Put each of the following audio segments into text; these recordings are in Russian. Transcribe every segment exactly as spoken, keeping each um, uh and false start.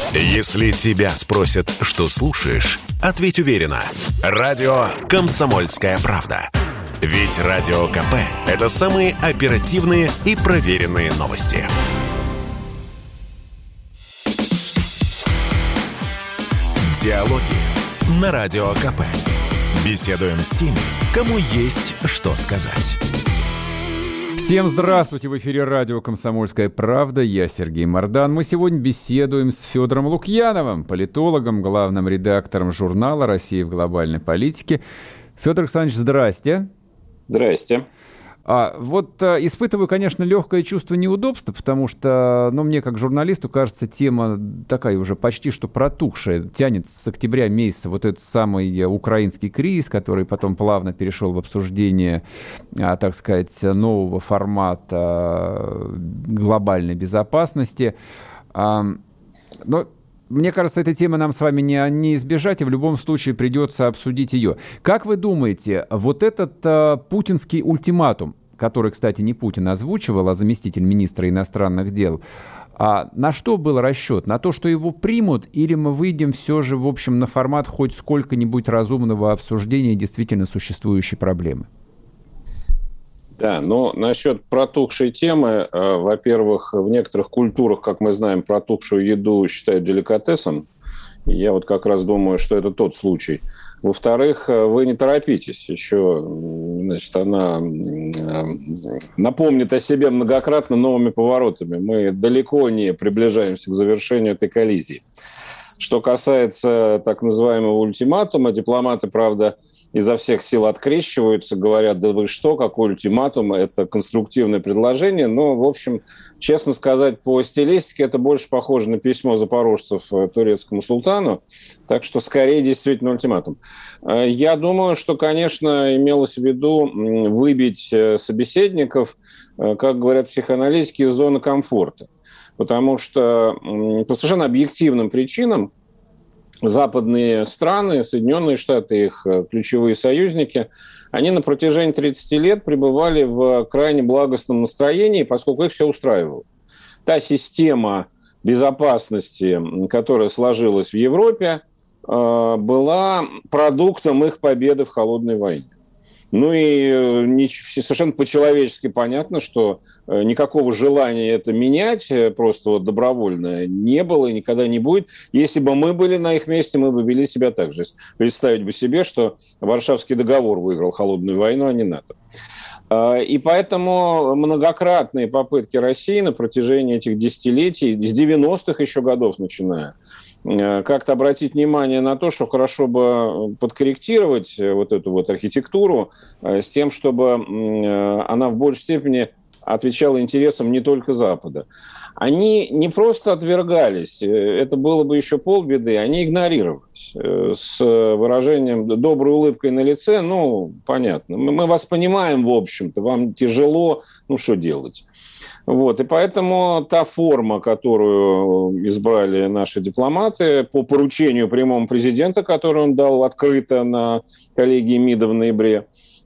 Если тебя спросят, что слушаешь, ответь уверенно. Радио «Комсомольская правда». Ведь Радио КП – это самые оперативные и проверенные новости. Диалоги на Радио КП. Беседуем с теми, кому есть что сказать. Всем здравствуйте! В эфире радио «Комсомольская правда». Я Сергей Мордан. Мы сегодня беседуем с Федором Лукьяновым, политологом, главным редактором журнала «Россия в глобальной политике». Федор Александрович, здрасте. Здрасте. А, вот а, испытываю, конечно, легкое чувство неудобства, потому что, ну, мне как журналисту кажется, тема такая уже почти что протухшая. Тянет с октября месяца вот этот самый украинский кризис, который потом плавно перешел в обсуждение, а, так сказать, нового формата глобальной безопасности. А, но мне кажется, эта тема нам с вами не, не избежать, и в любом случае придется обсудить ее. Как вы думаете, вот этот а, путинский ультиматум, который, кстати, не Путин озвучивал, а заместитель министра иностранных дел, а на что был расчет? На то, что его примут, или мы выйдем все же, в общем, на формат хоть сколько-нибудь разумного обсуждения действительно существующей проблемы? Да, но насчет протухшей темы, э, во-первых, в некоторых культурах, как мы знаем, протухшую еду считают деликатесом. Я вот как раз думаю, что это тот случай. Во-вторых, вы не торопитесь. Еще, значит, она напомнит о себе многократно новыми поворотами. Мы далеко не приближаемся к завершению этой коллизии. Что касается так называемого ультиматума, дипломаты, правда, изо всех сил открещиваются, говорят, да вы что, какой ультиматум, это конструктивное предложение. Но, в общем, честно сказать, по стилистике это больше похоже на письмо запорожцев турецкому султану, так что скорее действительно ультиматум. Я думаю, что, конечно, имелось в виду выбить собеседников, как говорят психоаналитики, из зоны комфорта. Потому что по совершенно объективным причинам западные страны, Соединенные Штаты, их ключевые союзники, они на протяжении тридцати лет пребывали в крайне благостном настроении, поскольку их все устраивало. Та система безопасности, которая сложилась в Европе, была продуктом их победы в холодной войне. Ну и совершенно по-человечески понятно, что никакого желания это менять, просто вот добровольно, не было и никогда не будет. Если бы мы были на их месте, мы бы вели себя так же. Представить бы себе, что Варшавский договор выиграл холодную войну, а не НАТО. И поэтому многократные попытки России на протяжении этих десятилетий, с девяностых еще годов начиная, как-то обратить внимание на то, что хорошо бы подкорректировать вот эту вот архитектуру с тем, чтобы она в большей степени отвечала интересам не только Запада. Они не просто отвергались, это было бы еще полбеды, они игнорировались с выражением «доброй улыбкой на лице», ну, понятно, мы вас понимаем, в общем-то, вам тяжело, ну, что делать? Вот, и поэтому та форма, которую избрали наши дипломаты по поручению прямому президента, которую он дал открыто на коллегии МИДа в ноябре,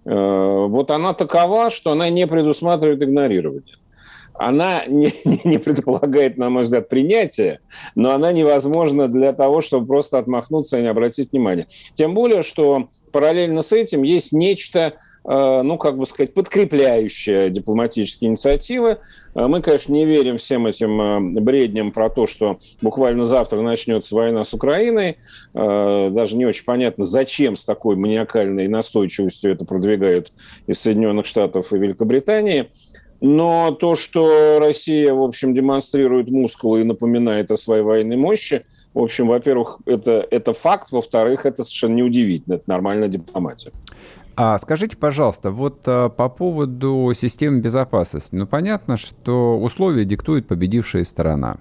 вот она такова, что она не предусматривает игнорирование. Она не, не предполагает, на мой взгляд, принятия, но она невозможна для того, чтобы просто отмахнуться и не обратить внимания. Тем более, что параллельно с этим есть нечто, ну, как бы сказать, подкрепляющее дипломатические инициативы. Мы, конечно, не верим всем этим бредням про то, что буквально завтра начнется война с Украиной. Даже не очень понятно, зачем с такой маниакальной настойчивостью это продвигают из Соединенных Штатов и Великобритании. Но то, что Россия, в общем, демонстрирует мускулы и напоминает о своей военной мощи, в общем, во-первых, это, это факт, во-вторых, это совершенно неудивительно, это нормальная дипломатия. А скажите, пожалуйста, вот а, по поводу системы безопасности. Ну, понятно, что условия диктует победившая сторона.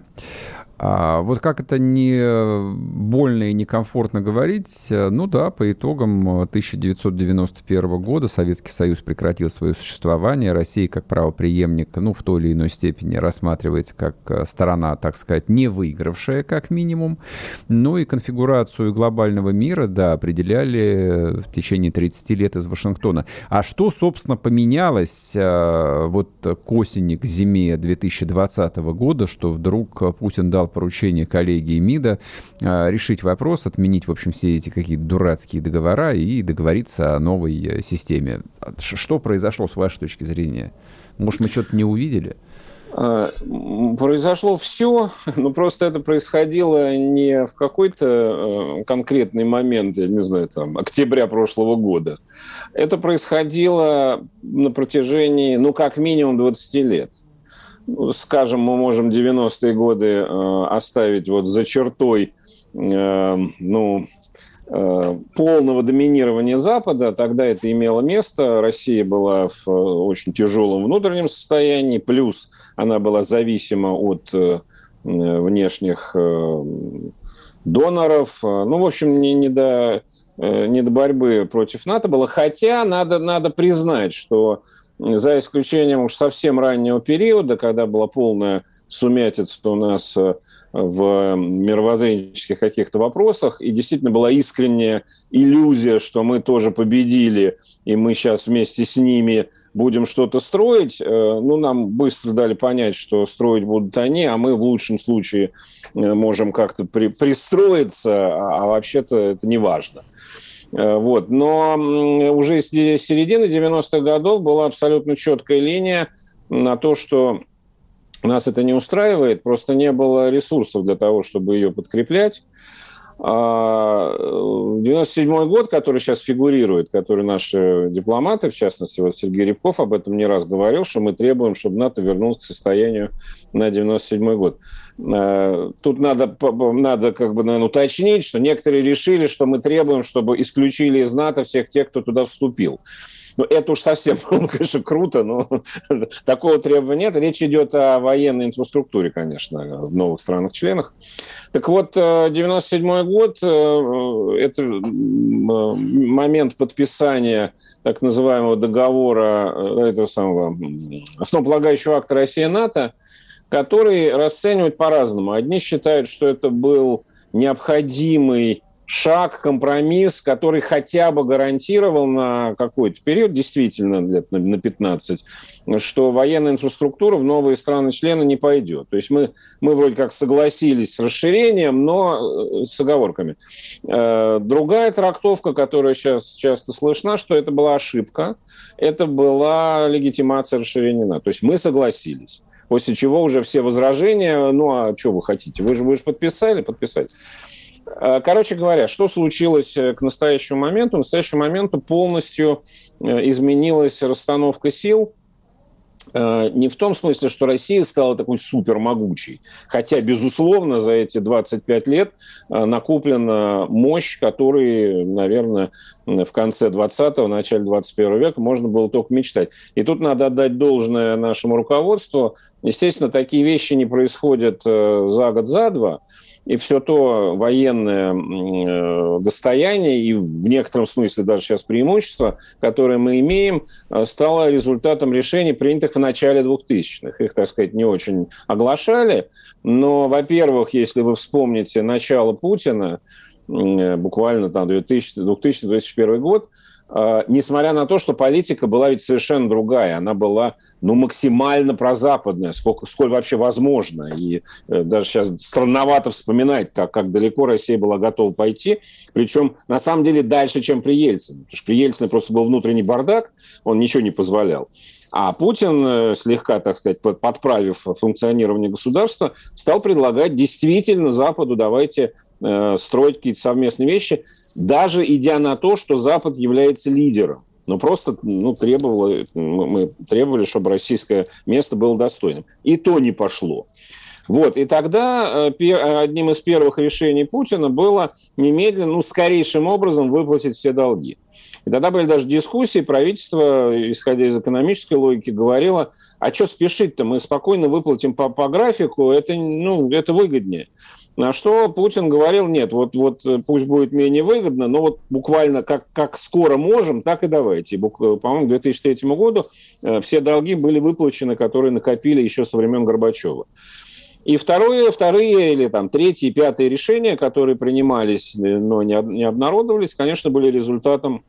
А вот как это не больно и некомфортно говорить, ну да, по итогам тысяча девятьсот девяносто первого года Советский Союз прекратил свое существование, Россия как правопреемник, ну, в той или иной степени рассматривается как сторона, так сказать, не выигравшая, как минимум. Ну и конфигурацию глобального мира, да, определяли в течение тридцати лет из Вашингтона. А что, собственно, поменялось вот к осени, к зиме две тысячи двадцатого года, что вдруг Путин дал дал поручение коллегии МИДа решить вопрос, отменить, в общем, все эти какие-то дурацкие договора и договориться о новой системе. Что произошло с вашей точки зрения? Может, мы что-то не увидели? Произошло все, но просто это происходило не в какой-то конкретный момент, я не знаю, там, октября прошлого года. Это происходило на протяжении, ну, как минимум двадцать лет. Скажем, мы можем девяностые годы оставить вот за чертой, ну, полного доминирования Запада. Тогда это имело место. Россия была в очень тяжелом внутреннем состоянии, плюс она была зависима от внешних доноров. Ну, в общем, не, не, до, не до борьбы против НАТО было. Хотя надо, надо признать, что за исключением уж совсем раннего периода, когда была полная сумятица у нас в мировоззренческих каких-то вопросах, и действительно была искренняя иллюзия, что мы тоже победили, и мы сейчас вместе с ними будем что-то строить, ну, нам быстро дали понять, что строить будут они, а мы в лучшем случае можем как-то при, пристроиться, а, а вообще-то это не важно. Вот. Но уже с середины девяностых годов была абсолютно четкая линия на то, что нас это не устраивает, просто не было ресурсов для того, чтобы ее подкреплять. девяносто седьмой год, который сейчас фигурирует, который наши дипломаты, в частности, вот Сергей Рябков об этом не раз говорил, что мы требуем, чтобы НАТО вернулось к состоянию на девяносто седьмой год. Тут надо, надо как бы, наверное, уточнить, что некоторые решили, что мы требуем, чтобы исключили из НАТО всех тех, кто туда вступил. Ну, это уж совсем, конечно, круто, но такого требования нет. Речь идет о военной инфраструктуре, конечно, в новых странах-членах. Так вот, девяносто седьмой год – это момент подписания так называемого договора, этого самого основополагающего акта Россия-НАТО, который расценивают по-разному. Одни считают, что это был необходимый шаг, компромисс, который хотя бы гарантировал на какой-то период, действительно лет на пятнадцать, что военная инфраструктура в новые страны-члены не пойдет. То есть мы, мы вроде как согласились с расширением, но с оговорками. Другая трактовка, которая сейчас часто слышна, что это была ошибка, это была легитимация расширения НАТО. То есть мы согласились. После чего уже все возражения, ну а что вы хотите? Вы же, вы же подписали? Подписали. Короче говоря, что случилось к настоящему моменту? К настоящему моменту полностью изменилась расстановка сил. Не в том смысле, что Россия стала такой супермогучей. Хотя, безусловно, за эти двадцать пять лет накоплена мощь, которой, наверное, в конце двадцатого, начале двадцать первого века можно было только мечтать. И тут надо отдать должное нашему руководству. Естественно, такие вещи не происходят за год, за два. И все то военное достояние и в некотором смысле даже сейчас преимущество, которое мы имеем, стало результатом решений, принятых в начале двухтысячных. Их, так сказать, не очень оглашали. Но, во-первых, если вы вспомните начало Путина, буквально там две тысячи, две тысячи двадцать первый год, несмотря на то, что политика была ведь совершенно другая, она была ну, максимально прозападная, сколько, сколько вообще возможно. И э, даже сейчас странновато вспоминать, как, как далеко Россия была готова пойти. Причем, на самом деле, дальше, чем при Ельцине. Потому что при Ельцине просто был внутренний бардак, он ничего не позволял. А Путин, слегка, так сказать, подправив функционирование государства, стал предлагать действительно Западу давайте э, строить какие-то совместные вещи, даже идя на то, что Запад является лидером. Но просто ну, требовало, мы требовали, чтобы российское место было достойным. И то не пошло. Вот. И тогда одним из первых решений Путина было немедленно, ну, скорейшим образом выплатить все долги. И тогда были даже дискуссии, правительство, исходя из экономической логики, говорило, а что спешить-то, мы спокойно выплатим по, по графику, это, ну, это выгоднее. На что Путин говорил, нет, вот, вот пусть будет менее выгодно, но вот буквально как, как скоро можем, так и давайте. И, по-моему, к две тысячи третьему году все долги были выплачены, которые накопили еще со времен Горбачева. И второе, вторые или там, третьи, пятые решения, которые принимались, но не, не обнародовались, конечно, были результатом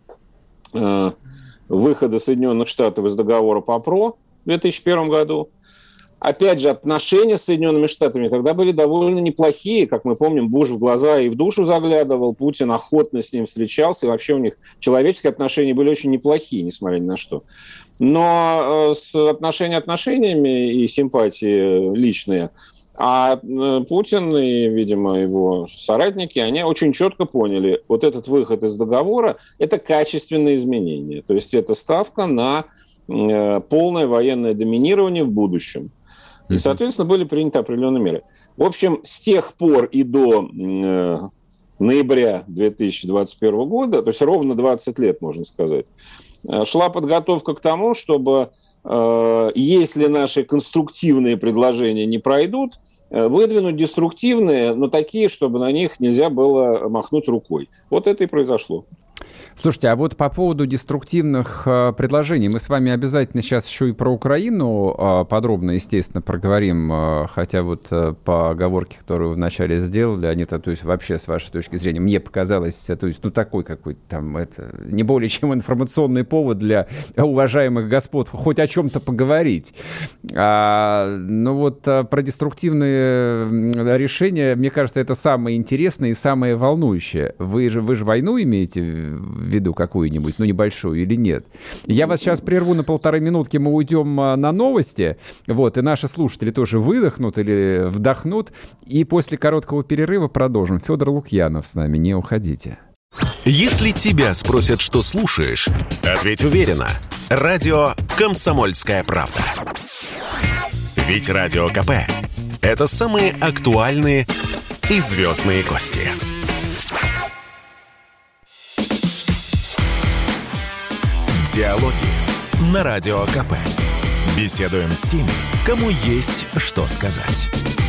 выхода Соединенных Штатов из договора по ПРО в две тысячи первом году. опять же, отношения с Соединенными Штатами тогда были довольно неплохие. Как мы помним, Буш в глаза и в душу заглядывал, Путин охотно с ним встречался, и вообще у них человеческие отношения были очень неплохие, несмотря ни на что. Но с отношения отношениями и симпатии личные, а Путин и, видимо, его соратники, они очень четко поняли, вот этот выход из договора – это качественное изменение. То есть это ставка на полное военное доминирование в будущем. И, соответственно, были приняты определенные меры. В общем, с тех пор и до э, ноября две тысячи двадцать первого года, то есть ровно двадцать лет, можно сказать, шла подготовка к тому, чтобы, э, если наши конструктивные предложения не пройдут, э, выдвинуть деструктивные, но такие, чтобы на них нельзя было махнуть рукой. Вот это и произошло. Слушайте, а вот по поводу деструктивных э, предложений, мы с вами обязательно сейчас еще и про Украину э, подробно, естественно, проговорим, э, хотя вот э, по оговорке, которую вы вначале сделали, Анита, то есть вообще, с вашей точки зрения, мне показалось, то есть, ну, такой какой-то там, это, не более чем информационный повод для уважаемых господ хоть о чем-то поговорить. А, ну вот э, про деструктивные решения, мне кажется, это самое интересное и самое волнующее. Вы же, вы же войну имеете в виду какую-нибудь, ну, небольшую или нет. Я вас сейчас прерву на полторы минутки, мы уйдем на новости, вот, и наши слушатели тоже выдохнут или вдохнут, и после короткого перерыва продолжим. Федор Лукьянов с нами, не уходите. Если тебя спросят, что слушаешь, ответь уверенно. Радио «Комсомольская правда». Ведь Радио КП – это самые актуальные и звездные гости. Диалоги на Радио КП. Беседуем с теми, кому есть что сказать.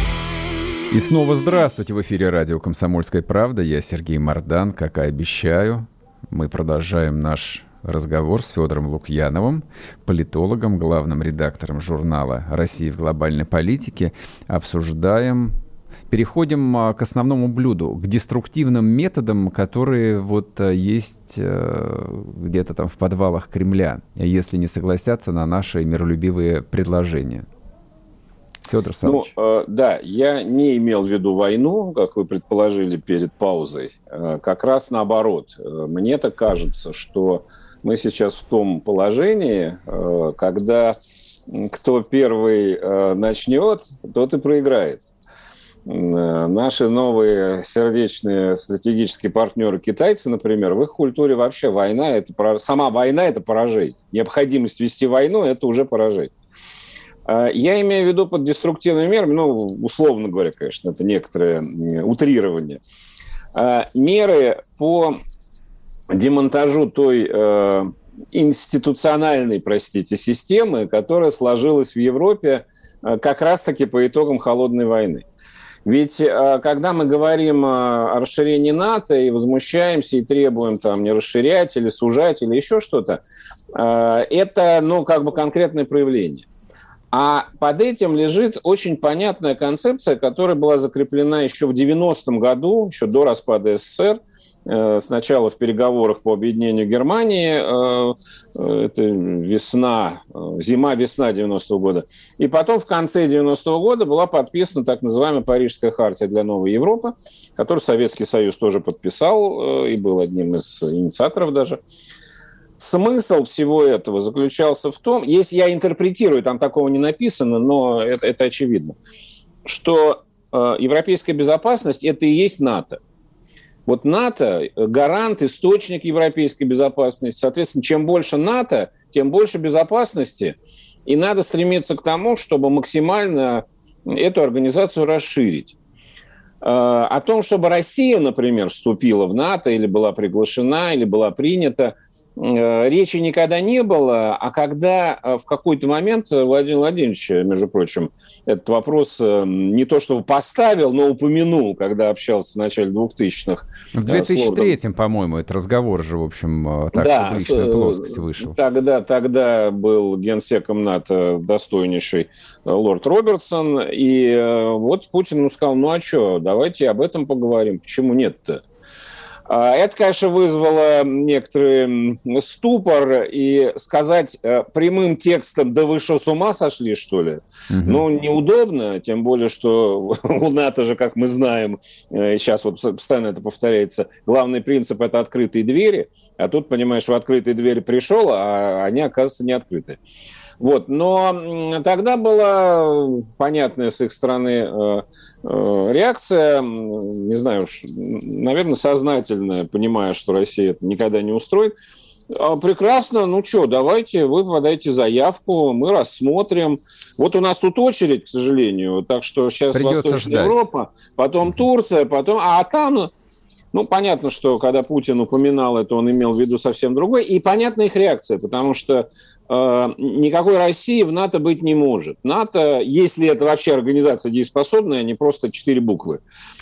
И снова здравствуйте. В эфире радио «Комсомольская правда». Я Сергей Мордан. Как и обещаю, мы продолжаем наш разговор с Федором Лукьяновым, политологом, главным редактором журнала «Россия в глобальной политике». Обсуждаем... Переходим к основному блюду, к деструктивным методам, которые вот есть где-то там в подвалах Кремля, если не согласятся на наши миролюбивые предложения. Федор Саныч. Ну, да, я не имел в виду войну, как вы предположили перед паузой. Как раз наоборот. Мне так кажется, что мы сейчас в том положении, когда кто первый начнет, тот и проиграет. Наши новые сердечные стратегические партнеры китайцы, например, в их культуре вообще война, это, сама война – это поражение. Необходимость вести войну – это уже поражение. Я имею в виду под деструктивными мерами, ну, условно говоря, конечно, это некоторое утрирование, меры по демонтажу той институциональной, простите, системы, которая сложилась в Европе как раз-таки по итогам холодной войны. Ведь когда мы говорим о расширении НАТО и возмущаемся и требуем там не расширять или сужать или еще что-то, это, ну, как бы конкретное проявление. А под этим лежит очень понятная концепция, которая была закреплена еще в девяностом году, еще до распада СССР, сначала в переговорах по объединению Германии, это весна, зима-весна девяностого года, и потом в конце девяностого года была подписана так называемая Парижская хартия для новой Европы, которую Советский Союз тоже подписал и был одним из инициаторов даже. Смысл всего этого заключался в том, если я интерпретирую, там такого не написано, но это, это очевидно, что э, европейская безопасность – это и есть НАТО. Вот НАТО – гарант, источник европейской безопасности. Соответственно, чем больше НАТО, тем больше безопасности. И надо стремиться к тому, чтобы максимально эту организацию расширить. О том, чтобы Россия, например, вступила в НАТО или была приглашена, или была принята, речи никогда не было, а когда в какой-то момент Владимир Владимирович, между прочим, этот вопрос не то что поставил, но упомянул, когда общался в начале двухтысячных. В две тысячи третьем, по-моему, этот разговор же, в общем, так да, в публичную плоскость вышел. Тогда, тогда был генсеком НАТО достойнейший лорд Робертсон, и вот Путин ему сказал, ну а что, давайте об этом поговорим, почему нет-то? Это, конечно, вызвало некоторый ступор, и сказать прямым текстом: да вы что, с ума сошли, что ли? Угу. Ну, неудобно, тем более, что у НАТО же, как мы знаем, сейчас вот постоянно это повторяется, главный принцип – это открытые двери, а тут, понимаешь, в открытые двери пришел, а они, оказывается, не открыты. Вот. Но тогда была понятная с их стороны э, э, реакция, не знаю уж, наверное, сознательная, понимая, что Россия это никогда не устроит. А, прекрасно, ну что, давайте, вы подайте заявку, мы рассмотрим. Вот у нас тут очередь, к сожалению, так что сейчас придется Восточная ждать. Европа, потом Турция, потом... А там... Ну, понятно, что когда Путин упоминал это, он имел в виду совсем другое. И понятна их реакция, потому что э, никакой России в НАТО быть не может. НАТО, если это вообще организация дееспособная, не просто четыре буквы,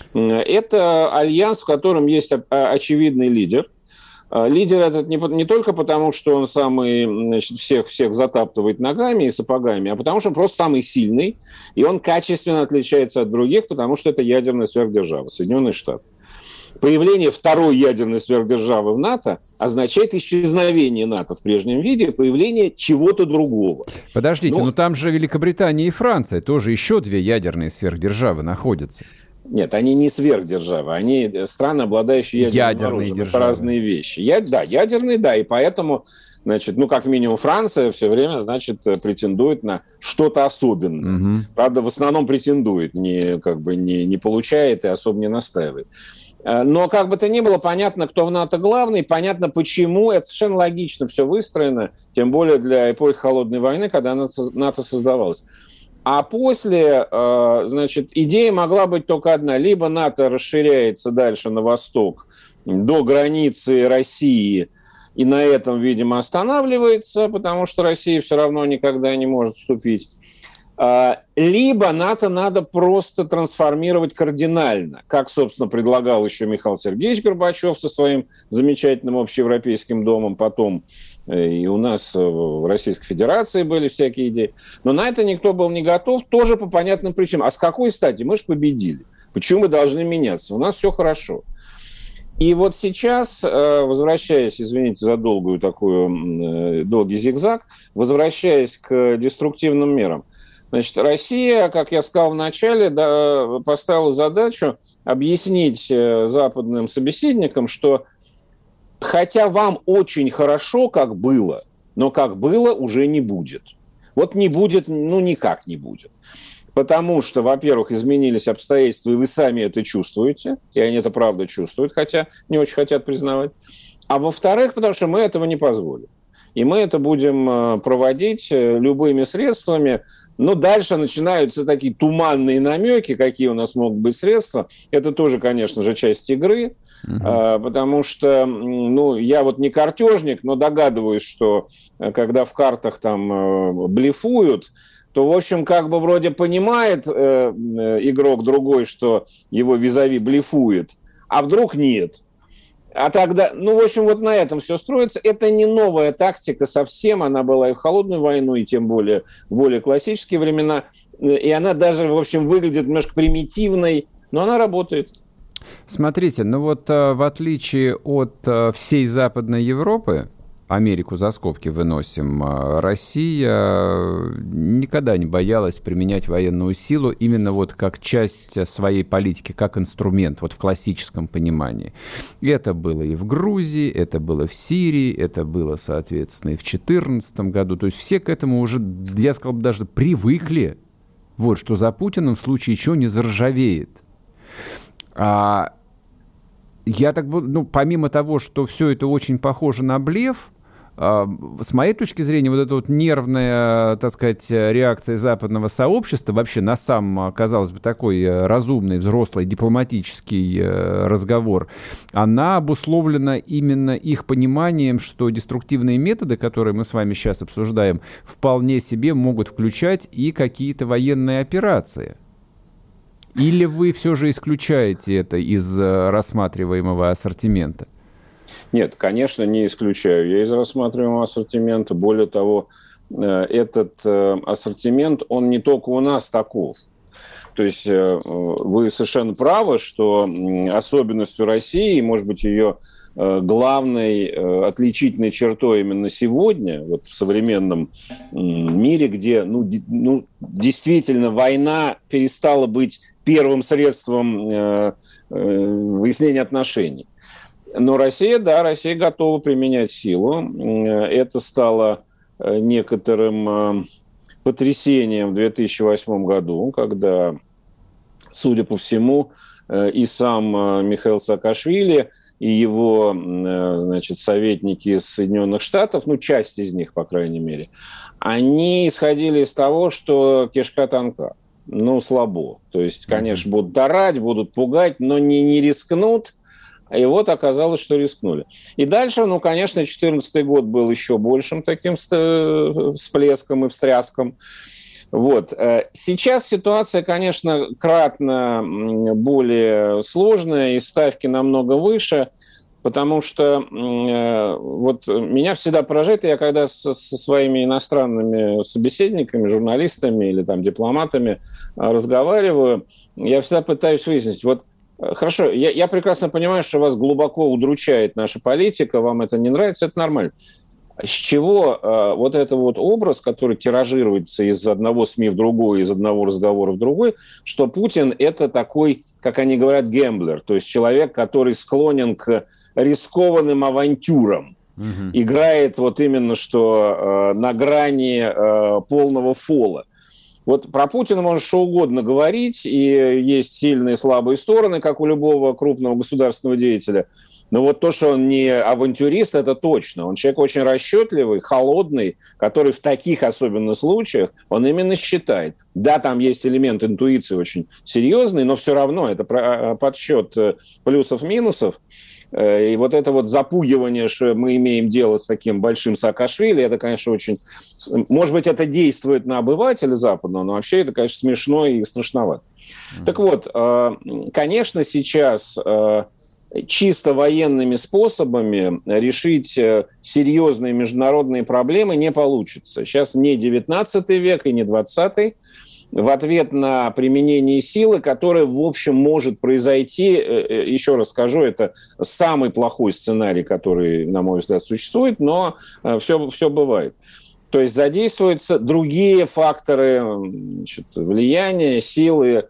это альянс, в котором есть очевидный лидер. Лидер этот не, не только потому, что он самый, значит, всех, всех затаптывает ногами и сапогами, а потому что он просто самый сильный, и он качественно отличается от других, потому что это ядерная сверхдержава, Соединенные Штаты. Появление второй ядерной сверхдержавы в НАТО означает исчезновение НАТО в прежнем виде, появление чего-то другого. Подождите, но... но там же Великобритания и Франция, тоже еще две ядерные сверхдержавы находятся. Нет, они не сверхдержавы, они страны, обладающие ядерным ядерные оружием. державы. Это разные вещи. Я, да, ядерные, да, и поэтому, значит, ну, как минимум, Франция все время, значит, претендует на что-то особенное. Угу. Правда, в основном претендует, не, как бы, не, не получает и особо не настаивает. Но как бы то ни было, понятно, кто в НАТО главный, понятно, почему. Это совершенно логично все выстроено, тем более для эпохи Холодной войны, когда НАТО создавалось. А после, значит, идея могла быть только одна. Либо НАТО расширяется дальше на восток, до границы России, и на этом, видимо, останавливается, потому что Россия все равно никогда не может вступить. Либо НАТО надо просто трансформировать кардинально, как, собственно, предлагал еще Михаил Сергеевич Горбачев со своим замечательным общеевропейским домом, потом и у нас в Российской Федерации были всякие идеи. Но на это никто был не готов, тоже по понятным причинам. А с какой стати? Мы же победили. Почему мы должны меняться? У нас все хорошо. И вот сейчас, возвращаясь, извините за долгую такую, долгий зигзаг, возвращаясь к деструктивным мерам, значит, Россия, как я сказал в начале, да, поставила задачу объяснить западным собеседникам, что хотя вам очень хорошо, как было, но как было уже не будет. Вот не будет, ну никак не будет. Потому что, во-первых, изменились обстоятельства, и вы сами это чувствуете, и они это правда чувствуют, хотя не очень хотят признавать. А во-вторых, потому что мы этого не позволим. И мы это будем проводить любыми средствами. Но дальше начинаются такие туманные намеки, какие у нас могут быть средства. Это тоже, конечно же, часть игры, uh-huh. потому что, ну, я вот не картежник, но догадываюсь, что когда в картах там блефуют, то, в общем, как бы вроде понимает э, игрок другой, что его визави блефует, а вдруг нет. А тогда, ну, в общем, вот на этом все строится. Это не новая тактика совсем, она была и в Холодную войну, и тем более в более классические времена. И она даже, в общем, выглядит немножко примитивной, но она работает. Смотрите, ну вот в отличие от всей Западной Европы, Америку за скобки выносим, Россия никогда не боялась применять военную силу именно вот как часть своей политики, как инструмент, вот в классическом понимании. И это было и в Грузии, это было в Сирии, это было, соответственно, и в две тысячи четырнадцатом году. То есть все к этому уже, я сказал бы, даже привыкли, вот, что за Путиным в случае чего не заржавеет. А я так, ну, помимо того, что все это очень похоже на блеф, с моей точки зрения, вот эта вот нервная, так сказать, реакция западного сообщества вообще на сам, казалось бы, такой разумный, взрослый, дипломатический разговор, она обусловлена именно их пониманием, что деструктивные методы, которые мы с вами сейчас обсуждаем, вполне себе могут включать и какие-то военные операции. Или вы все же исключаете это из рассматриваемого ассортимента? Нет, конечно, не исключаю я из рассматриваемого ассортимента. Более того, этот ассортимент, он не только у нас таков. То есть вы совершенно правы, что особенностью России, может быть, ее главной отличительной чертой именно сегодня, вот в современном мире, где ну, ну, действительно война перестала быть первым средством выяснения отношений. Но Россия, да, Россия готова применять силу. Это стало некоторым потрясением в две тысячи восьмом году, когда, судя по всему, и сам Михаил Саакашвили, и его, значит, советники из Соединенных Штатов, ну, часть из них, по крайней мере, они исходили из того, что кишка тонка, ну, слабо. То есть, конечно, будут орать, будут пугать, но не, не рискнут. И вот оказалось, что рискнули. И дальше, ну, конечно, две тысячи четырнадцатый год был еще большим таким всплеском и встряском. Вот. Сейчас ситуация, конечно, кратно более сложная, и ставки намного выше, потому что вот меня всегда поражает, я когда со, со своими иностранными собеседниками, журналистами или там дипломатами разговариваю, я всегда пытаюсь выяснить, вот хорошо, я, я прекрасно понимаю, что вас глубоко удручает наша политика, вам это не нравится, это нормально. С чего э, вот этот вот образ, который тиражируется из одного СМИ в другой, из одного разговора в другой, что Путин – это такой, как они говорят, гэмблер, то есть человек, который склонен к рискованным авантюрам, угу. играет вот именно что э, на грани э, полного фола. Вот про Путина можно что угодно говорить, и есть сильные и слабые стороны, как у любого крупного государственного деятеля. Но вот то, что он не авантюрист, это точно. Он человек очень расчетливый, холодный, который в таких особенно случаях, он именно считает. Да, там есть элемент интуиции очень серьезный, но все равно это подсчет плюсов-минусов. И вот это вот запугивание, что мы имеем дело с таким большим Саакашвили, это, конечно, очень... Может быть, это действует на обывателя западного, но вообще это, конечно, смешно и страшновато. Mm-hmm. Так вот, конечно, сейчас чисто военными способами решить серьезные международные проблемы не получится. Сейчас не девятнадцатый век и не двадцатый. В ответ на применение силы, которое, в общем, может произойти, еще раз скажу, это самый плохой сценарий, который, на мой взгляд, существует, но все, все бывает. То есть задействуются другие факторы, значит, влияния, силы.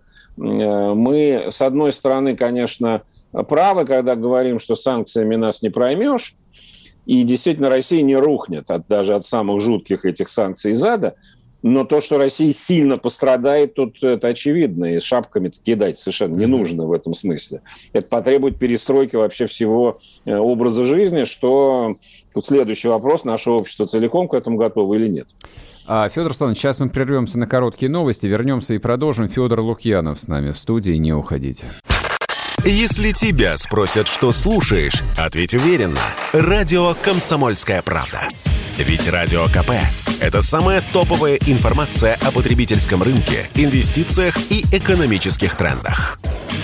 Мы, с одной стороны, конечно, правы, когда говорим, что санкциями нас не проймешь, и действительно Россия не рухнет от, даже от самых жутких этих санкций из ада. Но то, что Россия сильно пострадает, тут это очевидно, и шапками-то кидать совершенно не нужно в этом смысле. Это потребует перестройки вообще всего образа жизни, что тут следующий вопрос, наше общество целиком к этому готово или нет. А, Федор Русланович, сейчас мы прервемся на короткие новости, вернемся и продолжим. Федор Лукьянов с нами в студии, не уходите. Если тебя спросят, что слушаешь, ответь уверенно. Радио «Комсомольская правда». Ведь Радио КП – это самая топовая информация о потребительском рынке, инвестициях и экономических трендах.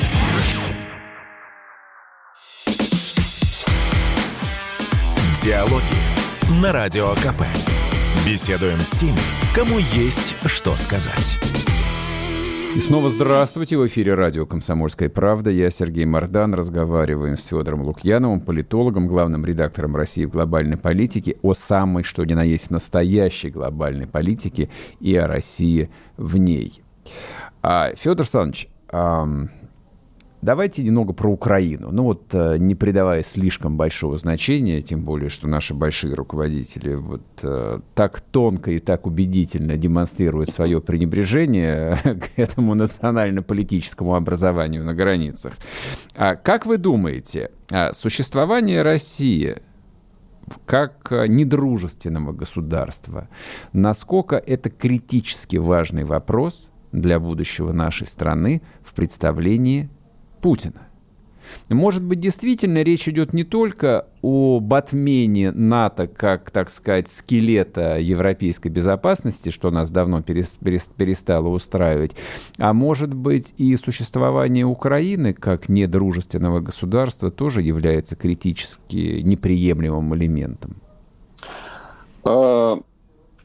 Диалоги на Радио КП. Беседуем с теми, кому есть что сказать. И снова здравствуйте. В эфире радио «Комсомольская правда». Я Сергей Мордан. Разговариваем с Федором Лукьяновым, политологом, главным редактором России в глобальной политике, о самой, что ни на есть, настоящей глобальной политике и о России в ней. А, Федор Александрович, а, давайте немного про Украину. Ну вот, не придавая слишком большого значения, тем более, что наши большие руководители вот так тонко и так убедительно демонстрируют свое пренебрежение к этому национально-политическому образованию на границах. А как вы думаете, существование России как недружественного государства, насколько это критически важный вопрос для будущего нашей страны в представлении Путина? Может быть, действительно речь идет не только об отмене НАТО как, так сказать, скелета европейской безопасности, что нас давно перестало устраивать, а может быть и существование Украины как недружественного государства тоже является критически неприемлемым элементом?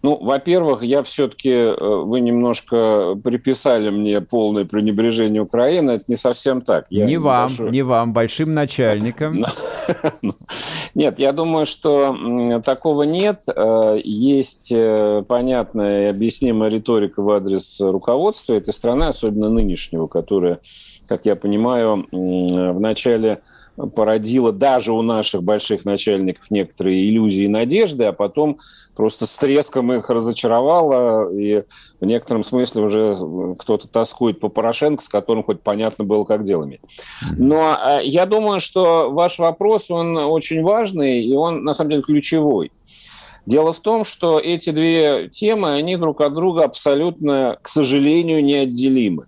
Ну, во-первых, я все-таки, вы немножко приписали мне полное пренебрежение Украины. Это не совсем так. Я не вам, большой... не вам, большим начальникам. Нет, я думаю, что такого нет. Есть понятная и объяснимая риторика в адрес руководства этой страны, особенно нынешнего, которое, как я понимаю, в начале породило даже у наших больших начальников некоторые иллюзии и надежды, а потом просто с треском их разочаровало, и в некотором смысле уже кто-то тоскует по Порошенко, с которым хоть понятно было, как дело иметь. Но я думаю, что ваш вопрос, он очень важный, и он, на самом деле, ключевой. Дело в том, что эти две темы, они друг от друга абсолютно, к сожалению, неотделимы.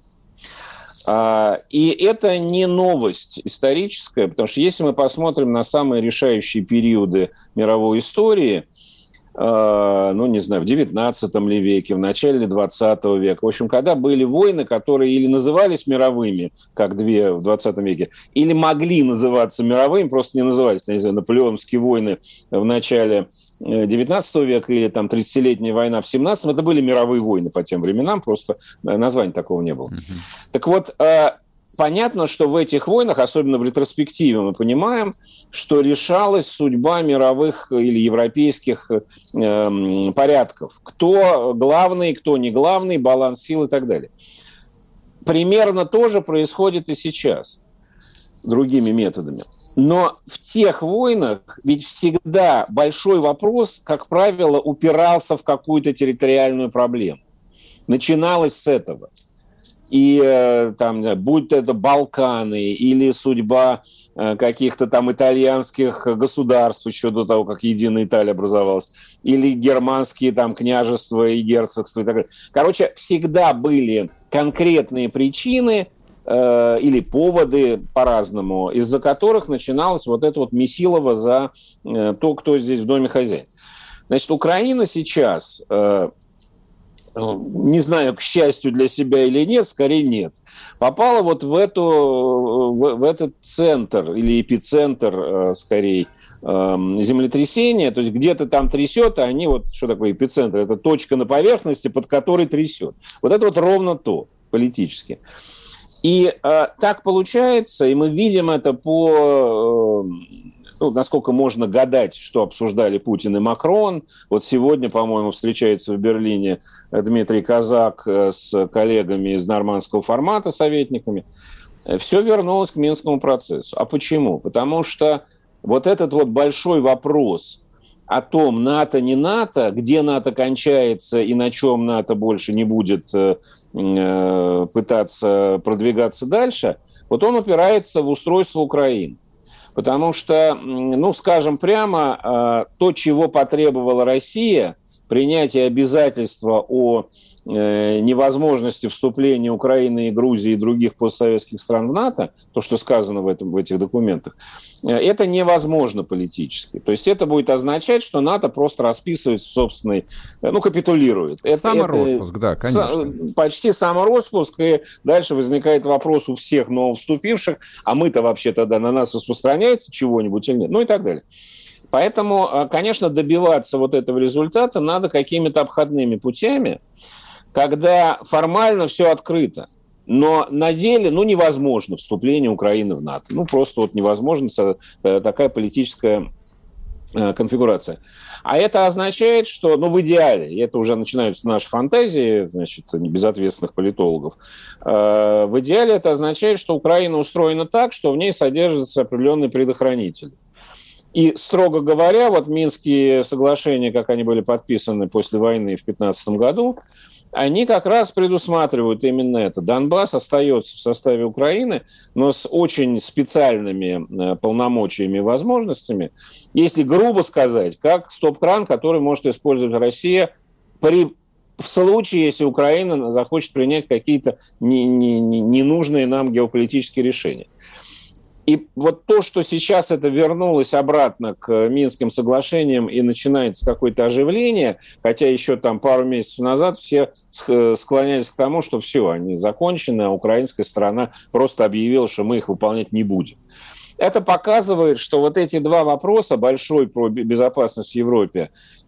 И это не новость историческая, потому что если мы посмотрим на самые решающие периоды мировой истории, ну, не знаю, в девятнадцатом ли веке, в начале двадцатого века, в общем, когда были войны, которые или назывались мировыми, как две в двадцатом веке, или могли называться мировыми, просто не назывались, не знаю, наполеоновские войны в начале девятнадцатого века или там тридцатилетняя война в семнадцатом, это были мировые войны по тем временам, просто названия такого не было. Mm-hmm. Так вот, понятно, что в этих войнах, особенно в ретроспективе, мы понимаем, что решалась судьба мировых или европейских э, порядков. Кто главный, кто не главный, баланс сил и так далее. Примерно то же происходит и сейчас, другими методами. Но в тех войнах ведь всегда большой вопрос, как правило, упирался в какую-то территориальную проблему. Начиналось с этого. И там, будь это Балканы или судьба каких-то там итальянских государств еще до того, как единая Италия образовалась, или германские там княжества и герцогства и так далее. Короче, всегда были конкретные причины э, или поводы по-разному, из-за которых начиналось вот это вот месилово за э, то, кто здесь в доме хозяин. Значит, Украина сейчас... Э, не знаю, к счастью для себя или нет, скорее нет, попала вот в, эту, в, в этот центр или эпицентр, скорее, землетрясения, то есть где-то там трясет, а они вот, что такое эпицентр? Это точка на поверхности, под которой трясет. Вот это вот ровно то, политически. И э, так получается, и мы видим это по... Э, Ну, насколько можно гадать, что обсуждали Путин и Макрон. Вот сегодня, по-моему, встречается в Берлине Дмитрий Казак с коллегами из нормандского формата, советниками. Все вернулось к Минскому процессу. А почему? Потому что вот этот вот большой вопрос о том, НАТО, не НАТО, где НАТО кончается и на чем НАТО больше не будет э, пытаться продвигаться дальше, вот он упирается в устройство Украины. Потому что, ну, скажем прямо, то, чего потребовала Россия, принятие обязательства о невозможности вступления Украины и Грузии и других постсоветских стран в НАТО, то, что сказано в, этом, в этих документах, это невозможно политически. То есть это будет означать, что НАТО просто расписывается в собственной, ну, капитулирует. Это, самороспуск, это, да, конечно. Почти самороспуск, и дальше возникает вопрос у всех нововступивших, а мы-то вообще тогда на нас распространяется чего-нибудь или нет, ну и так далее. Поэтому, конечно, добиваться вот этого результата надо какими-то обходными путями, когда формально все открыто, но на деле, ну, невозможно вступление Украины в НАТО. Ну, просто вот невозможно такая политическая конфигурация. А это означает, что, ну, в идеале, и это уже начинаются наши фантазии, значит, безответственных политологов, в идеале это означает, что Украина устроена так, что в ней содержатся определенные предохранители. И, строго говоря, вот Минские соглашения, как они были подписаны после войны в две тысячи пятнадцатом году, они как раз предусматривают именно это. Донбасс остается в составе Украины, но с очень специальными полномочиями и возможностями, если грубо сказать, как стоп-кран, который может использовать Россия при... в случае, если Украина захочет принять какие-то не, не, не, ненужные нам геополитические решения. И вот то, что сейчас это вернулось обратно к Минским соглашениям и начинается какое-то оживление, хотя еще там пару месяцев назад все склонялись к тому, что все, они закончены, а украинская сторона просто объявила, что мы их выполнять не будем. Это показывает, что вот эти два вопроса, большой про безопасность в Европе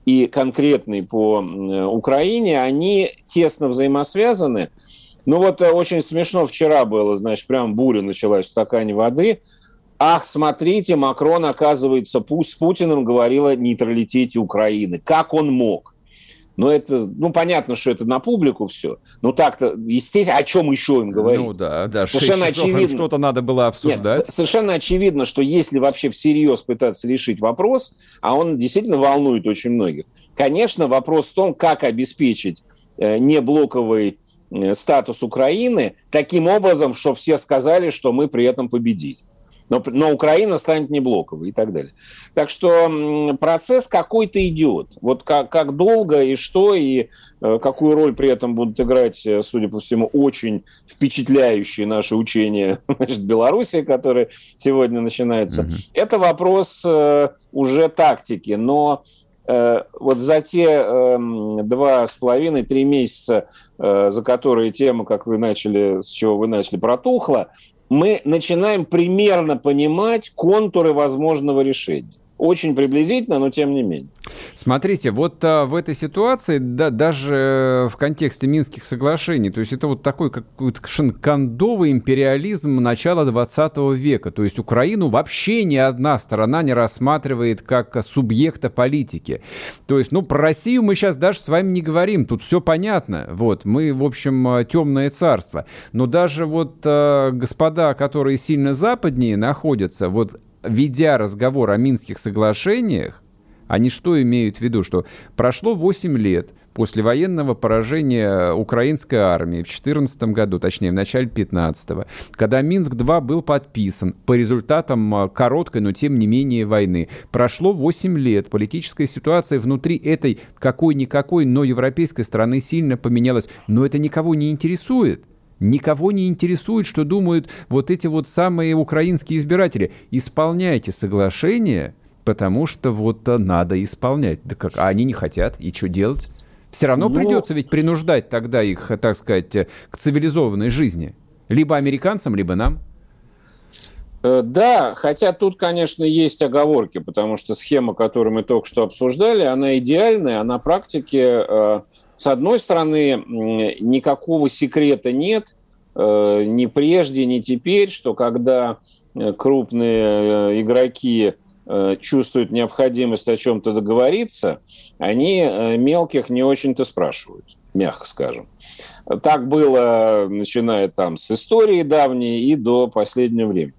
и конкретный по Украине, они тесно взаимосвязаны. Ну вот очень смешно вчера было, значит, прям буря началась в стакане воды. Ах, смотрите, Макрон, оказывается, с Путиным говорил о нейтралитете Украины. Как он мог? Ну, это, ну, понятно, что это на публику все. Ну, так-то, естественно, о чем еще им говорить? Ну, да, да, совершенно шесть часов очевидно, что-то надо было обсуждать. Нет, совершенно очевидно, что если вообще всерьез пытаться решить вопрос, а он действительно волнует очень многих, конечно, вопрос в том, как обеспечить э, неблоковый э, статус Украины таким образом, что все сказали, что мы при этом победили. Но, но Украина станет неблоковой и так далее. Так что процесс какой-то идет. Вот как, как долго и что, и э, какую роль при этом будут играть, судя по всему, очень впечатляющие наши учения, значит, Белоруссии, которые сегодня начинаются. Mm-hmm. Это вопрос э, уже тактики. Но э, вот за те э, два с половиной, три месяца, э, за которые тема, как вы начали, с чего вы начали, протухла, мы начинаем примерно понимать контуры возможного решения. Очень приблизительно, но тем не менее. Смотрите, вот а, в этой ситуации, да, даже в контексте Минских соглашений, то есть это вот такой какой-то кондовый империализм начала двадцатого века. То есть Украину вообще ни одна сторона не рассматривает как субъекта политики. То есть, ну, про Россию мы сейчас даже с вами не говорим, тут все понятно. Вот, мы, в общем, темное царство. Но даже вот а, господа, которые сильно западнее находятся, вот, ведя разговор о Минских соглашениях, они что имеют в виду? Что прошло восемь лет после военного поражения украинской армии в две тысячи четырнадцатом году, точнее, в начале две тысячи пятнадцатого, когда Минск-два был подписан по результатам короткой, но тем не менее войны. Прошло восемь лет. Политическая ситуация внутри этой какой-никакой, но европейской страны сильно поменялась. Но это никого не интересует. Никого не интересует, что думают вот эти вот самые украинские избиратели. Исполняйте соглашение, потому что вот надо исполнять. Да как? А они не хотят. И что делать? Все равно Но... придется ведь принуждать тогда их, так сказать, к цивилизованной жизни. Либо американцам, либо нам. Да, хотя тут, конечно, есть оговорки, потому что схема, которую мы только что обсуждали, она идеальная, а на практике... С одной стороны, никакого секрета нет, ни прежде, ни теперь, что когда крупные игроки чувствуют необходимость о чем-то договориться, они мелких не очень-то спрашивают, мягко скажем. Так было, начиная там с истории давней и до последнего времени.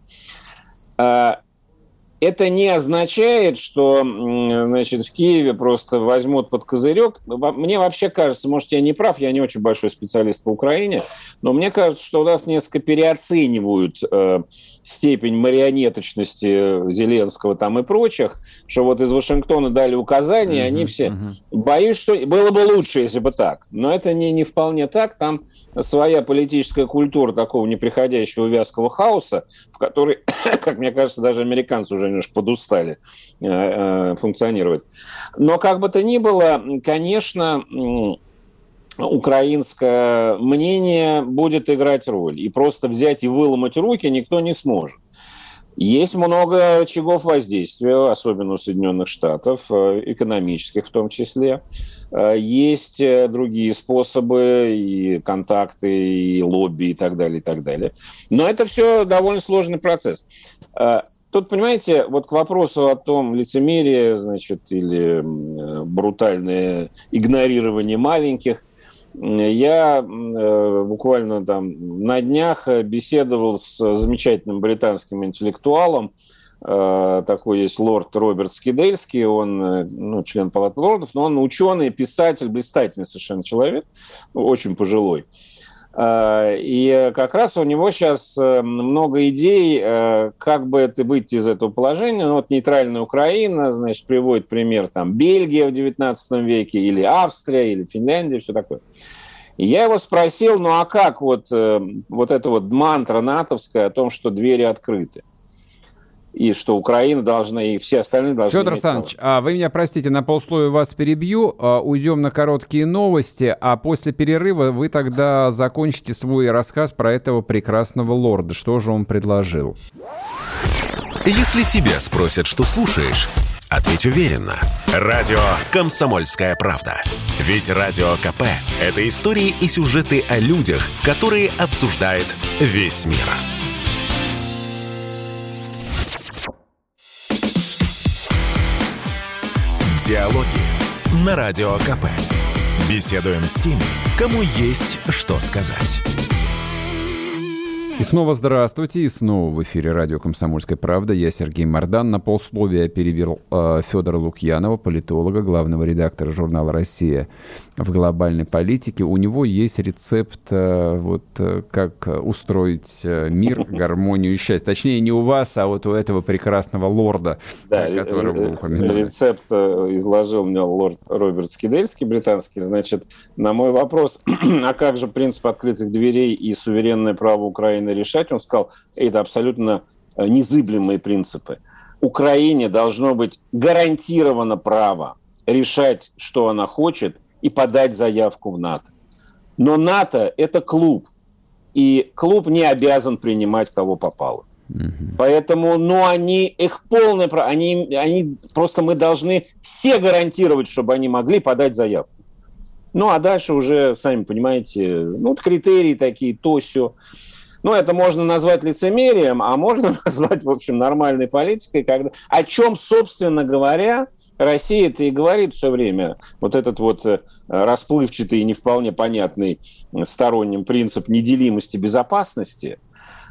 Это не означает, что, значит, в Киеве просто возьмут под козырек. Мне вообще кажется, может, я не прав, я не очень большой специалист по Украине, но мне кажется, что у нас несколько переоценивают э, степень марионеточности Зеленского там и прочих, что вот из Вашингтона дали указания, uh-huh, они все... Uh-huh. Боюсь, что было бы лучше, если бы так. Но это не, не вполне так. Там своя политическая культура такого неприходящего вязкого хаоса, в которой, как мне кажется, даже американцы уже немножко подустали э, э, функционировать. Но как бы то ни было, конечно, украинское мнение будет играть роль. И просто взять и выломать руки никто не сможет. Есть много очагов воздействия, особенно у Соединенных Штатов, экономических в том числе. Есть другие способы, и контакты, и лобби, и так далее, и так далее. Но это все довольно сложный процесс. Тут, понимаете, вот к вопросу о том, лицемерие, значит, или брутальное игнорирование маленьких, я буквально там на днях беседовал с замечательным британским интеллектуалом, такой есть лорд Роберт Скидельский, он, ну, член Палаты лордов, но он ученый, писатель, блистательный совершенно человек, очень пожилой. И как раз у него сейчас много идей, как бы это выйти из этого положения. Ну, вот нейтральная Украина, значит, приводит пример там Бельгия в девятнадцатом веке, или Австрия, или Финляндия, все такое. И я его спросил, ну а как вот, вот эта вот мантра натовская о том, что двери открыты? И что Украина должна, и все остальные должны... Федор Александрович, а вы меня простите, на полслоя вас перебью, уйдем на короткие новости, а после перерыва вы тогда закончите свой рассказ про этого прекрасного лорда. Что же он предложил? Если тебя спросят, что слушаешь, Ответь уверенно. Радио «Комсомольская правда». Ведь Радио КП – это истории и сюжеты о людях, которые обсуждает весь мир. Диалоги на Радио КП. Беседуем с теми, кому есть что сказать. И снова здравствуйте, и снова в эфире радио «Комсомольская правда». Я Сергей Мордан. На полсловия перевел э, Федора Лукьянова, политолога, главного редактора журнала «Россия в глобальной политике». У него есть рецепт, э, вот, э, как устроить э, мир, гармонию и счастье. Точнее, не у вас, а вот у этого прекрасного лорда, да, которого вы упомянули. Рецепт изложил мне лорд Роберт Скидельский, британский. Значит, на мой вопрос, а как же принцип открытых дверей и суверенное право Украины решать, он сказал, это абсолютно незыблемые принципы. Украине должно быть гарантировано право решать, что она хочет, и подать заявку в НАТО. Но НАТО – это клуб, и клуб не обязан принимать кого попало. Mm-hmm. Поэтому, ну, они, их полное право, они, они, просто мы должны все гарантировать, чтобы они могли подать заявку. Ну, а дальше уже, сами понимаете, ну, вот критерии такие, то, сё. Ну, это можно назвать лицемерием, а можно назвать, в общем, нормальной политикой, когда... о чем, собственно говоря, Россия-то и говорит все время. Вот этот вот расплывчатый и не вполне понятный сторонним принцип неделимости безопасности,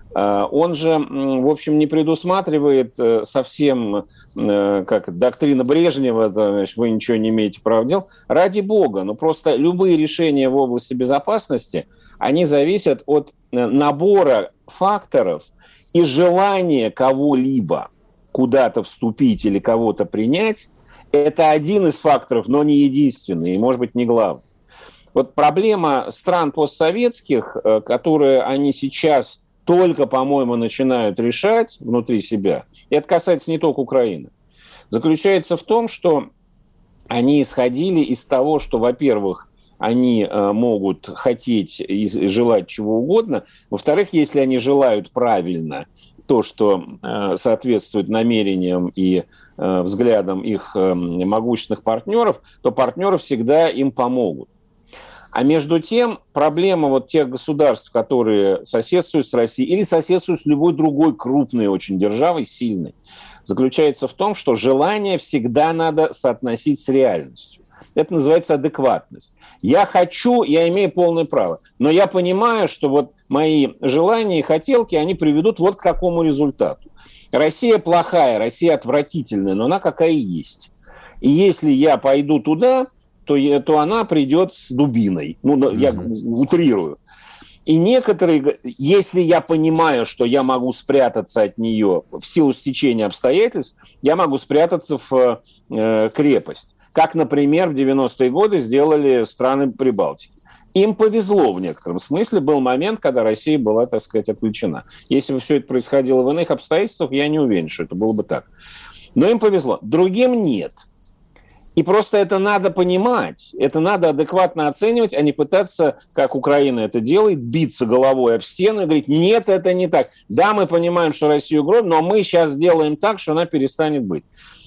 он же, в общем, не предусматривает совсем, как доктрина Брежнева, значит, вы ничего не имеете права делать. Ради бога, но просто любые решения в области безопасности, они зависят от набора факторов и желания кого-либо куда-то вступить или кого-то принять. Это один из факторов, но не единственный, и, может быть, не главный. Вот проблема стран постсоветских, которые они сейчас только, по-моему, начинают решать внутри себя, и это касается не только Украины, заключается в том, что они исходили из того, что, во-первых, они э, могут хотеть и желать чего угодно. Во-вторых, если они желают правильно то, что э, соответствует намерениям и э, взглядам их э, могущественных партнеров, то партнеры всегда им помогут. А между тем, проблема вот тех государств, которые соседствуют с Россией или соседствуют с любой другой крупной очень державой, сильной, заключается в том, что желание всегда надо соотносить с реальностью. Это называется адекватность. Я хочу, я имею полное право, но я понимаю, что вот мои желания и хотелки, они приведут вот к такому результату. Россия плохая, Россия отвратительная, но она какая есть. И если я пойду туда, то, я, то она придет с дубиной. Ну, mm-hmm. я утрирую. И некоторые, если я понимаю, что я могу спрятаться от нее в силу стечения обстоятельств, я могу спрятаться в э, крепость. Как, например, в девяностые годы сделали страны Прибалтики. Им повезло в некотором смысле. Был момент, когда Россия была, так сказать, отвлечена. Если бы все это происходило в иных обстоятельствах, я не уверен, что это было бы так. Но им повезло. Другим нет. И просто это надо понимать, это надо адекватно оценивать, а не пытаться, как Украина это делает, биться головой об стену и говорить, нет, это не так. Да, мы понимаем, что Россию гробят, но мы сейчас сделаем так, что она перестанет быть.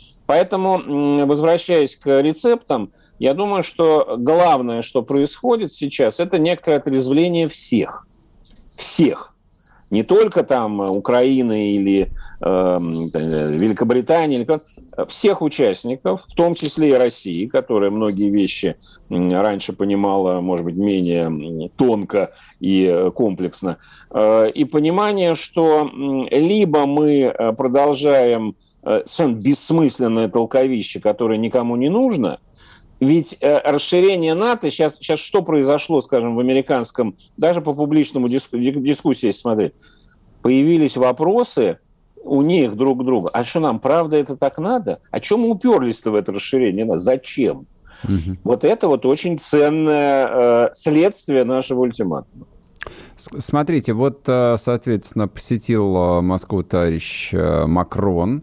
Поэтому, возвращаясь к рецептам, я думаю, что главное, что происходит сейчас, это некоторое отрезвление всех. Всех. Не только там Украины или э, Великобритании, или... всех участников, в том числе и России, которая многие вещи раньше понимала, может быть, менее тонко и комплексно. И понимание, что либо мы продолжаем совершенно бессмысленное толковище, которое никому не нужно, ведь расширение НАТО, сейчас, сейчас что произошло, скажем, в американском, даже по публичному диску, дискуссии, если смотреть, появились вопросы у них друг к другу. А что нам, правда, это так надо? А чем мы уперлись-то в это расширение? Зачем? Угу. Вот это вот очень ценное э, следствие нашего ультиматума. Смотрите, вот, соответственно, посетил Москву товарищ Макрон.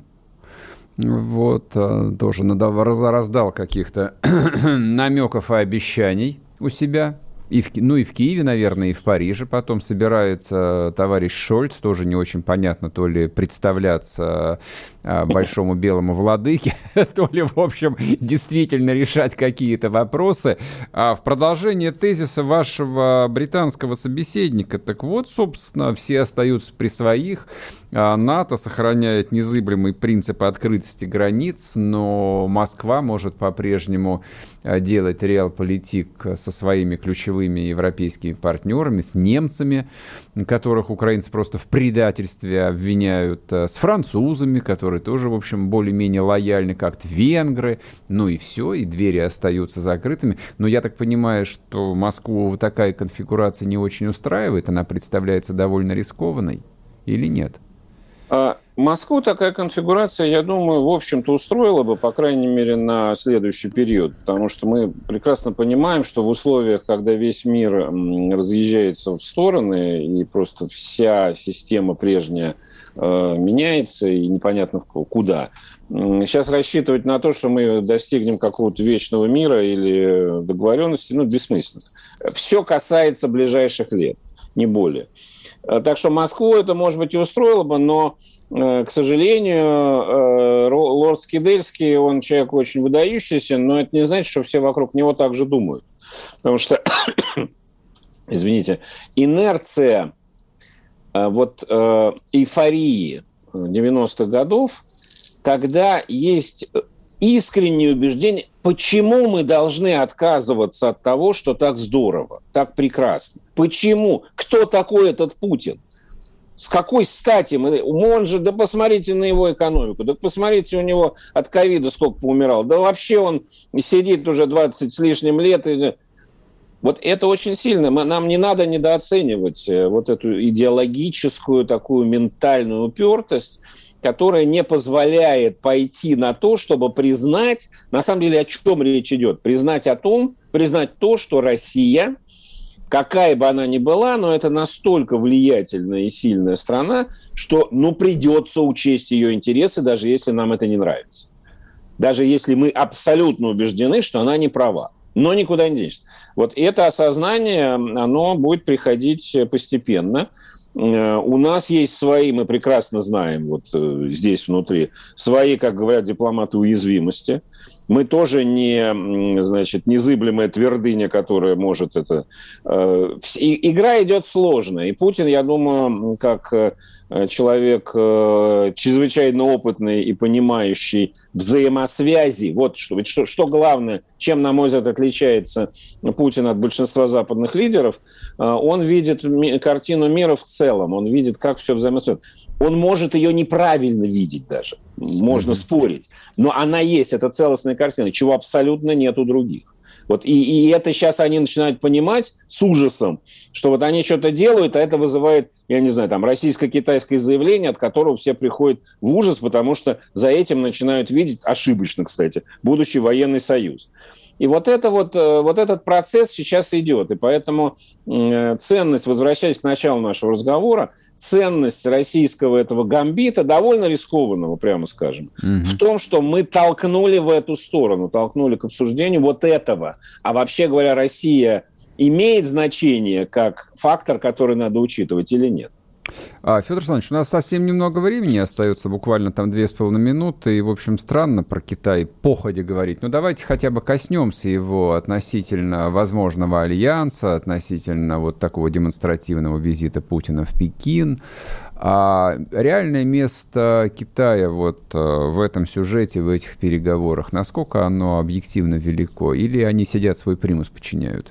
Вот, тоже раздал каких-то намеков и обещаний у себя И в, ну и в Киеве, наверное, и в Париже потом собирается товарищ Шольц, тоже не очень понятно, то ли представляться а, большому белому владыке, то ли, в общем, действительно решать какие-то вопросы. А в продолжение тезиса вашего британского собеседника, так вот, собственно, все остаются при своих. А НАТО сохраняет незыблемый принцип открытости границ, но Москва может по-прежнему делать реалполитик со своими ключевыми европейскими партнерами, с немцами, которых украинцы просто в предательстве обвиняют, с французами, которые тоже, в общем, более-менее лояльны, как-то венгры, ну и все, и двери остаются закрытыми. Но я так понимаю, что Москву вот такая конфигурация не очень устраивает, она представляется довольно рискованной или нет? А Москву такая конфигурация, я думаю, в общем-то устроила бы, по крайней мере, на следующий период, потому что мы прекрасно понимаем, что в условиях, когда весь мир разъезжается в стороны и просто вся система прежняя э, меняется и непонятно куда, сейчас рассчитывать на то, что мы достигнем какого-то вечного мира или договоренности, ну, бессмысленно. Все касается ближайших лет, не более. Так что Москву это, может быть, и устроило бы, но, к сожалению, лорд Скидельский, он человек очень выдающийся, но это не значит, что все вокруг него так же думают. Потому что, извините, инерция вот, эйфории девяностых годов, когда есть искреннее убеждение, почему мы должны отказываться от того, что так здорово, так прекрасно. Почему? Кто такой этот Путин? С какой стати? Мы... Он же, да посмотрите на его экономику, да посмотрите у него от ковида сколько поумирал. Да вообще он сидит уже двадцать с лишним лет. И... Вот это очень сильно. Нам не надо недооценивать вот эту идеологическую, такую ментальную упертость, которая не позволяет пойти на то, чтобы признать, на самом деле, о чем речь идет, признать о том, признать то, что Россия, какая бы она ни была, но это настолько влиятельная и сильная страна, что, ну, придется учесть ее интересы, даже если нам это не нравится. Даже если мы абсолютно убеждены, что она не права. Но никуда не денешься. Вот это осознание, оно будет приходить постепенно. У нас есть свои, мы прекрасно знаем, вот здесь внутри, свои, как говорят дипломаты, уязвимости. Мы тоже не, значит, незыблемая твердыня, которая может это... Игра идет сложно. И Путин, я думаю, как человек чрезвычайно опытный и понимающий взаимосвязи, вот что, что, что главное, чем, на мой взгляд, отличается Путин от большинства западных лидеров, он видит картину мира в целом, он видит, как все взаимосвязано. Он может ее неправильно видеть даже, можно mm-hmm. спорить, но она есть, это целостная картина, чего абсолютно нет у других. Вот, и, и это сейчас они начинают понимать с ужасом, что вот они что-то делают, а это вызывает, я не знаю, там, российско-китайское заявление, от которого все приходят в ужас, потому что за этим начинают видеть, ошибочно, кстати, будущий военный союз. И вот, это вот, вот этот процесс сейчас идет. И поэтому ценность, возвращаясь к началу нашего разговора, ценность российского этого гамбита, довольно рискованного, прямо скажем, mm-hmm. в том, что мы толкнули в эту сторону, толкнули к обсуждению вот этого. А вообще говоря, Россия имеет значение как фактор, который надо учитывать или нет? А, Федор Александрович, у нас совсем немного времени остается, буквально там две с половиной минуты, и, в общем, странно про Китай походе говорить. Но давайте хотя бы коснемся его относительно возможного альянса, относительно вот такого демонстративного визита Путина в Пекин. А реальное место Китая вот в этом сюжете, в этих переговорах, насколько оно объективно велико? Или они сидят, свой примус подчиняют?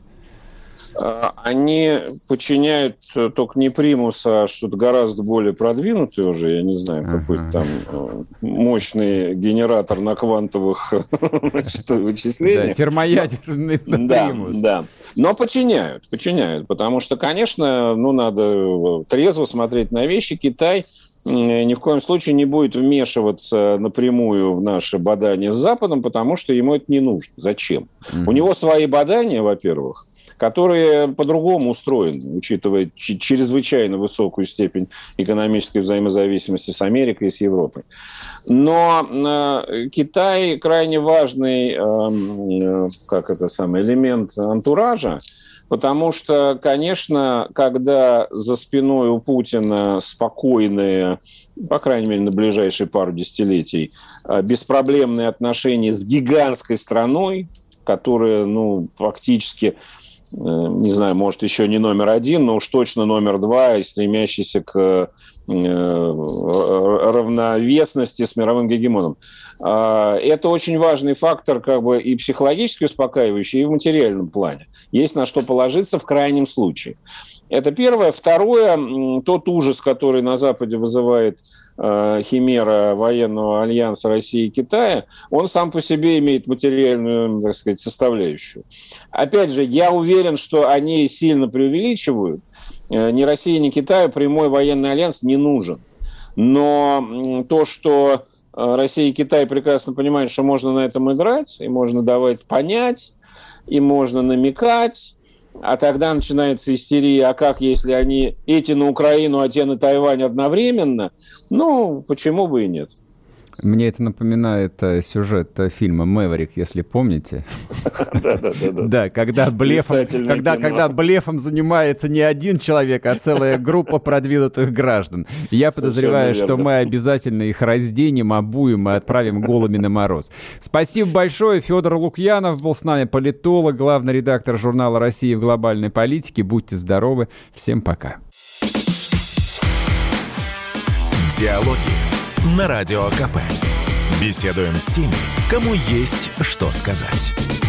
Они подчиняют только не примус, а что-то гораздо более продвинутое уже, я не знаю, uh-huh. какой-то там мощный генератор на квантовых значит, вычислениях. Да, термоядерный примус. Да, да. Но подчиняют, подчиняют, потому что, конечно, ну, надо трезво смотреть на вещи. Китай ни в коем случае не будет вмешиваться напрямую в наши бадания с Западом, потому что ему это не нужно. Зачем? Uh-huh. У него свои бадания, во-первых, которые по-другому устроены, учитывая чрезвычайно высокую степень экономической взаимозависимости с Америкой и с Европой. Но э, Китай крайне важный э, как это самое, элемент антуража, Потому что, конечно, когда за спиной у Путина спокойные, по крайней мере, на ближайшие пару десятилетий, беспроблемные отношения с гигантской страной, которая, ну, фактически, не знаю, может, еще не номер один, но уж точно номер два, и стремящийся к равновесности с мировым гегемоном. Это очень важный фактор, как бы и психологически успокаивающий, и в материальном плане. Есть на что положиться в крайнем случае. Это первое. Второе, тот ужас, который на Западе вызывает химера военного альянса России и Китая, он сам по себе имеет материальную, так сказать, составляющую. Опять же, я уверен, что они сильно преувеличивают. Ни России, ни Китаю прямой военный альянс не нужен. Но то, что Россия и Китай прекрасно понимают, что можно на этом играть, и можно давать понять, и можно намекать, а тогда начинается истерия, а как, если они эти на Украину, а те на Тайвань одновременно? Ну, почему бы и нет? Мне это напоминает сюжет фильма «Мэверик», если помните. Да, когда блефом занимается не один человек, а целая группа продвинутых граждан. Я подозреваю, что мы обязательно их разденем, обуем и отправим голыми на мороз. Спасибо большое. Федор Лукьянов был с нами, политолог, главный редактор журнала «Россия в глобальной политике». Будьте здоровы. Всем пока. Диалоги на Радио КП. Беседуем с теми, кому есть что сказать.